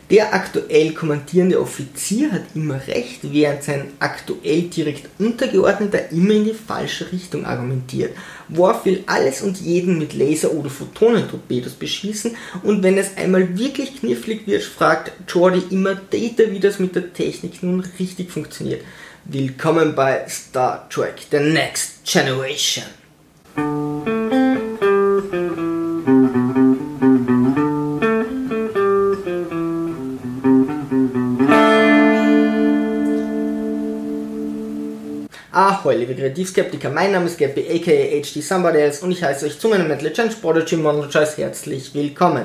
Der aktuell kommandierende Offizier hat immer recht, während sein aktuell direkt Untergeordneter immer in die falsche Richtung argumentiert. Worf will alles und jeden mit Laser- oder Photonentorpedos beschießen, und wenn es einmal wirklich knifflig wird, fragt Geordi immer Data, wie das mit der Technik nun richtig funktioniert. Willkommen bei Star Trek: The Next Generation. Ahoi, liebe Kreativskeptiker, mein Name ist Gappy, aka HD Somebody Else, und ich heiße euch zu meinem Metal Legends Prodigy Monologize herzlich willkommen.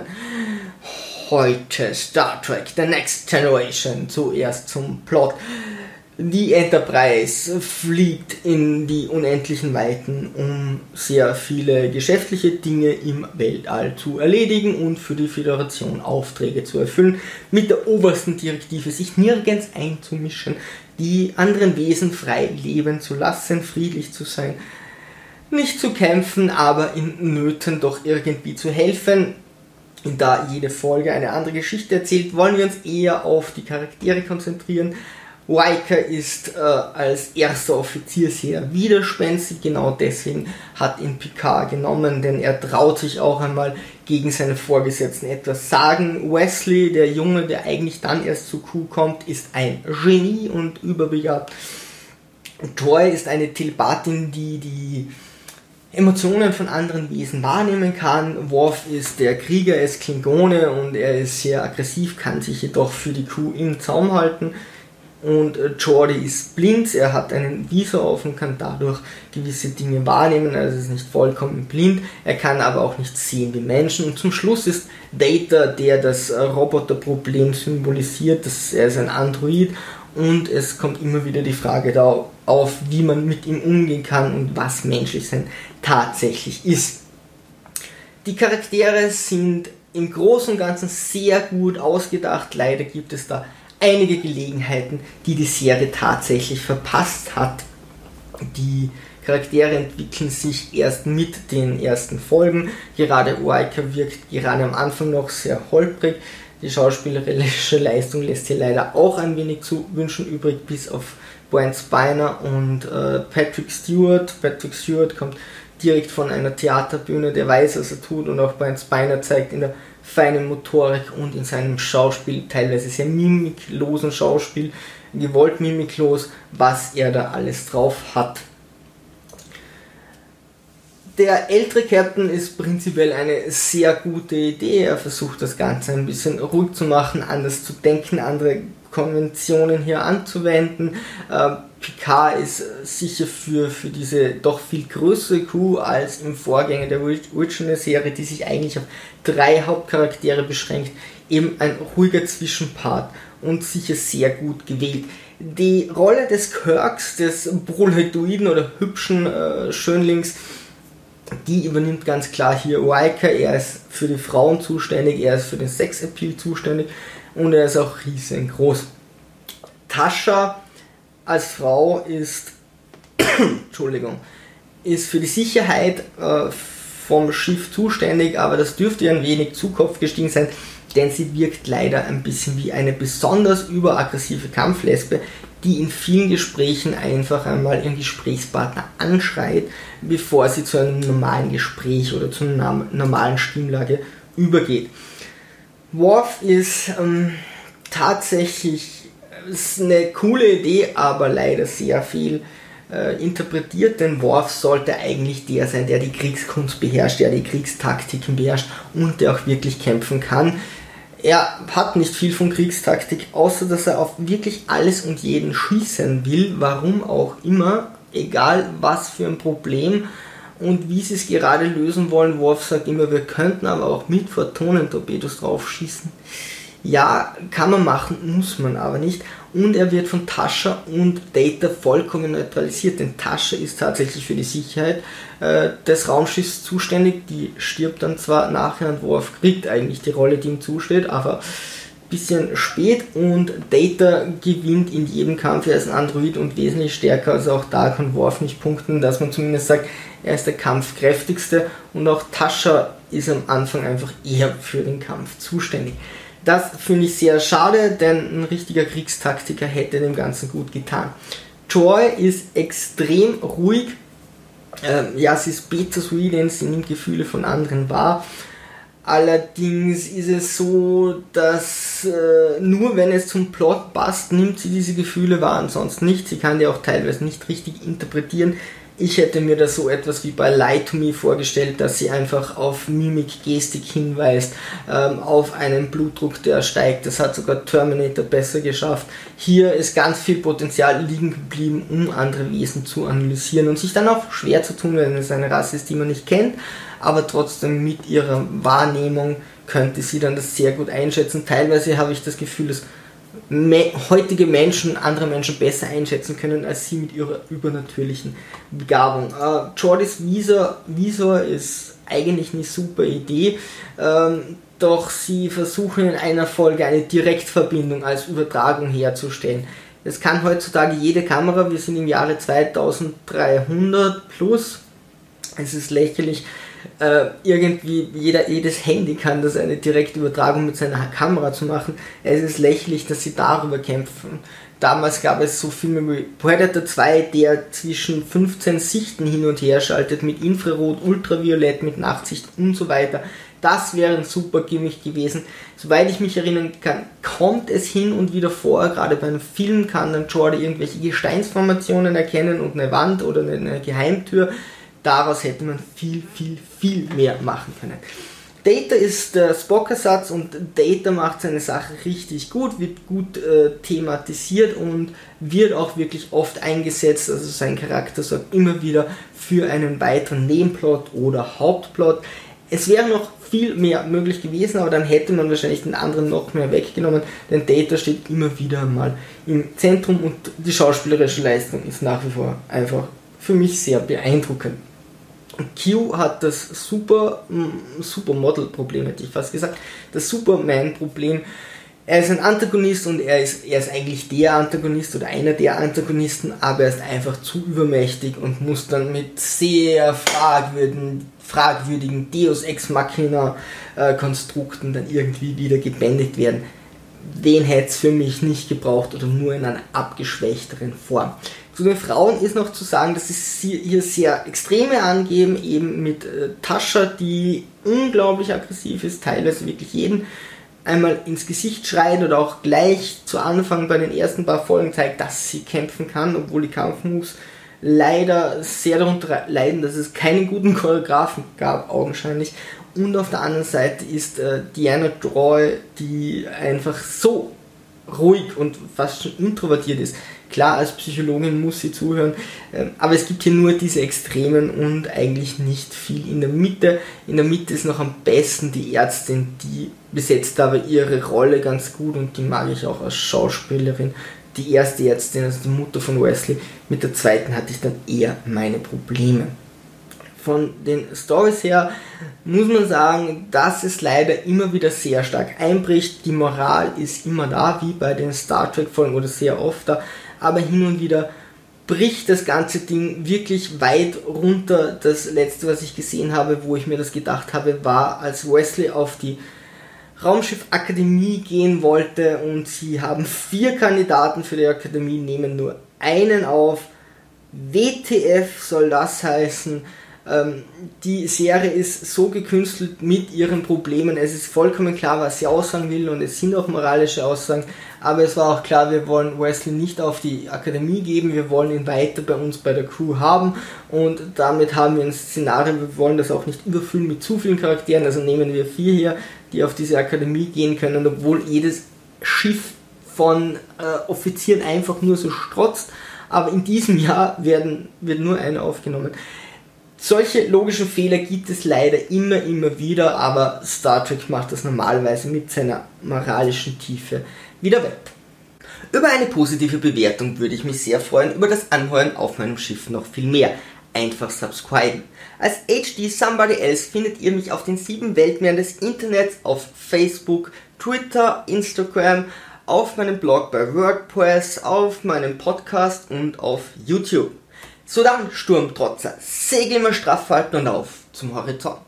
Heute Star Trek: The Next Generation. Zuerst zum Plot. Die Enterprise fliegt in die unendlichen Weiten, um sehr viele geschäftliche Dinge im Weltall zu erledigen und für die Föderation Aufträge zu erfüllen, mit der obersten Direktive, sich nirgends einzumischen, die anderen Wesen frei leben zu lassen, friedlich zu sein, nicht zu kämpfen, aber in Nöten doch irgendwie zu helfen. Da jede Folge eine andere Geschichte erzählt, wollen wir uns eher auf die Charaktere konzentrieren. Riker ist als erster Offizier sehr widerspenstig, genau deswegen hat ihn Picard genommen, denn er traut sich auch einmal gegen seine Vorgesetzten etwas sagen. Wesley, der Junge, der eigentlich dann erst zu Q kommt, ist ein Genie und überbegabt. Troi ist eine Telepathin, die die Emotionen von anderen Wesen wahrnehmen kann. Worf ist der Krieger, er ist Klingone und er ist sehr aggressiv, kann sich jedoch für die Crew im Zaum halten. Und Geordi ist blind, er hat einen Visor auf und kann dadurch gewisse Dinge wahrnehmen, also ist nicht vollkommen blind, er kann aber auch nicht sehen wie Menschen. Und zum Schluss ist Data, der das Roboterproblem symbolisiert, er ist ein Android, und es kommt immer wieder die Frage da auf, wie man mit ihm umgehen kann und was menschlich sein tatsächlich ist. Die Charaktere sind im Großen und Ganzen sehr gut ausgedacht, leider gibt es da einige Gelegenheiten, die Serie tatsächlich verpasst hat. Die Charaktere entwickeln sich erst mit den ersten Folgen. Gerade Riker wirkt gerade am Anfang noch sehr holprig. Die schauspielerische Leistung lässt hier leider auch ein wenig zu wünschen übrig, bis auf Brent Spiner und Patrick Stewart. Patrick Stewart kommt direkt von einer Theaterbühne, der weiß, was er tut, und auch Brent Spiner zeigt in der feinen Motorik und in seinem Schauspiel, teilweise sehr mimiklosen Schauspiel, gewollt mimiklos, was er da alles drauf hat. Der ältere Captain ist prinzipiell eine sehr gute Idee, er versucht das Ganze ein bisschen ruhig zu machen, anders zu denken, andere Konventionen hier anzuwenden. Picard ist sicher für diese doch viel größere Crew als im Vorgänger der Original-Serie, die sich eigentlich auf 3 Hauptcharaktere beschränkt, eben ein ruhiger Zwischenpart und sicher sehr gut gewählt. Die Rolle des Kirks, des Proletoiden oder hübschen Schönlings, die übernimmt ganz klar hier Riker. Er ist für die Frauen zuständig, er ist für den Sexappeal zuständig und er ist auch riesengroß. Tascha als Frau ist ist für die Sicherheit vom Schiff zuständig, aber das dürfte ein wenig zu Kopf gestiegen sein, denn sie wirkt leider ein bisschen wie eine besonders überaggressive Kampflesbe, die in vielen Gesprächen einfach einmal ihren Gesprächspartner anschreit, bevor sie zu einem normalen Gespräch oder zu einer normalen Stimmlage übergeht. Worf ist tatsächlich eine coole Idee, aber leider sehr viel interpretiert, denn Worf sollte eigentlich der sein, der die Kriegskunst beherrscht, der die Kriegstaktiken beherrscht und der auch wirklich kämpfen kann. Er hat nicht viel von Kriegstaktik, außer dass er auf wirklich alles und jeden schießen will, warum auch immer, egal was für ein Problem und wie sie es gerade lösen wollen. Worf sagt immer, wir könnten aber auch mit Photonentorpedos drauf schießen. Ja, kann man machen, muss man aber nicht. Und er wird von Tascha und Data vollkommen neutralisiert, denn Tascha ist tatsächlich für die Sicherheit des Raumschiffs zuständig. Die stirbt dann zwar nachher und Worf kriegt eigentlich die Rolle, die ihm zusteht, aber ein bisschen spät, und Data gewinnt in jedem Kampf. Er ist ein Android und wesentlich stärker, also auch da kann Worf nicht punkten, dass man zumindest sagt, er ist der kampfkräftigste, und auch Tascha ist am Anfang einfach eher für den Kampf zuständig. Das finde ich sehr schade, denn ein richtiger Kriegstaktiker hätte dem Ganzen gut getan. Joy ist extrem ruhig. Sie ist bittersweet, denn sie nimmt Gefühle von anderen wahr. Allerdings ist es so, dass nur wenn es zum Plot passt, nimmt sie diese Gefühle wahr, ansonsten nicht. Sie kann die auch teilweise nicht richtig interpretieren. Ich hätte mir das so etwas wie bei Lie to Me vorgestellt, dass sie einfach auf Mimik, Gestik hinweist, auf einen Blutdruck, der steigt. Das hat sogar Terminator besser geschafft. Hier ist ganz viel Potenzial liegen geblieben, um andere Wesen zu analysieren und sich dann auch schwer zu tun, wenn es eine Rasse ist, die man nicht kennt, aber trotzdem mit ihrer Wahrnehmung könnte sie dann das sehr gut einschätzen. Teilweise habe ich das Gefühl, dass heutige Menschen andere Menschen besser einschätzen können als sie mit ihrer übernatürlichen Begabung. Geordies Visor ist eigentlich eine super Idee, doch sie versuchen in einer Folge eine Direktverbindung als Übertragung herzustellen. Das kann heutzutage jede Kamera, wir sind im Jahre 2300 plus, es ist lächerlich. Irgendwie jedes Handy kann das, eine direkte Übertragung mit seiner Kamera zu machen. Es ist lächerlich, dass sie darüber kämpfen. Damals gab es so Filme wie Predator 2, der zwischen 15 Sichten hin und her schaltet, mit Infrarot, Ultraviolett, mit Nachtsicht und so weiter. Das wäre ein super Gimmick gewesen. Soweit ich mich erinnern kann, kommt es hin und wieder vor, gerade bei einem Film kann dann Geordi irgendwelche Gesteinsformationen erkennen und eine Wand oder eine Geheimtür. Daraus hätte man viel, viel, viel mehr machen können. Data ist der Spock-Ersatz und Data macht seine Sache richtig gut, wird gut thematisiert und wird auch wirklich oft eingesetzt. Also sein Charakter sorgt immer wieder für einen weiteren Nebenplot oder Hauptplot. Es wäre noch viel mehr möglich gewesen, aber dann hätte man wahrscheinlich den anderen noch mehr weggenommen, denn Data steht immer wieder mal im Zentrum und die schauspielerische Leistung ist nach wie vor einfach für mich sehr beeindruckend. Q hat das Supermodel-Problem, hätte ich fast gesagt, das Superman-Problem. Er ist ein Antagonist und er ist eigentlich der Antagonist oder einer der Antagonisten, aber er ist einfach zu übermächtig und muss dann mit sehr fragwürdigen Deus Ex Machina Konstrukten dann irgendwie wieder gebändigt werden. Den hätte es für mich nicht gebraucht oder nur in einer abgeschwächteren Form. Zu den Frauen ist noch zu sagen, dass sie hier sehr Extreme angeben, eben mit Tascha, die unglaublich aggressiv ist, teilweise wirklich jeden einmal ins Gesicht schreit oder auch gleich zu Anfang bei den ersten paar Folgen zeigt, dass sie kämpfen kann, obwohl die Kampfmoves leider sehr darunter leiden, dass es keinen guten Choreografen gab, augenscheinlich. Und auf der anderen Seite ist Deanna Troi, die einfach so ruhig und fast schon introvertiert ist. Klar, als Psychologin muss sie zuhören, aber es gibt hier nur diese Extremen und eigentlich nicht viel in der Mitte. In der Mitte ist noch am besten die Ärztin, die besetzt aber ihre Rolle ganz gut und die mag ich auch als Schauspielerin. Die erste Ärztin, also die Mutter von Wesley, mit der zweiten hatte ich dann eher meine Probleme. Von den Storys her muss man sagen, dass es leider immer wieder sehr stark einbricht. Die Moral ist immer da, wie bei den Star Trek Folgen oder sehr oft da, aber hin und wieder bricht das ganze Ding wirklich weit runter. Das letzte, was ich gesehen habe, wo ich mir das gedacht habe, war, als Wesley auf die Raumschiff-Akademie gehen wollte und sie haben 4 Kandidaten für die Akademie, nehmen nur einen auf. WTF soll das heißen? Die Serie ist so gekünstelt mit ihren Problemen. Es ist vollkommen klar, was sie aussagen will und es sind auch moralische Aussagen, aber es war auch klar, wir wollen Wesley nicht auf die Akademie geben, wir wollen ihn weiter bei uns bei der Crew haben und damit haben wir ein Szenario, wir wollen das auch nicht überfüllen mit zu vielen Charakteren, also nehmen wir 4 hier, die auf diese Akademie gehen können, obwohl jedes Schiff von Offizieren einfach nur so strotzt, aber in diesem Jahr wird nur einer aufgenommen. Solche logischen Fehler gibt es leider immer wieder, aber Star Trek macht das normalerweise mit seiner moralischen Tiefe wieder weg. Über eine positive Bewertung würde ich mich sehr freuen, über das Anheuern auf meinem Schiff noch viel mehr. Einfach subscriben. Als HD Somebody Else findet ihr mich auf den 7 Weltmeeren des Internets, auf Facebook, Twitter, Instagram, auf meinem Blog bei WordPress, auf meinem Podcast und auf YouTube. So dann, Sturmtrotzer, Segel immer straff halten und auf zum Horizont.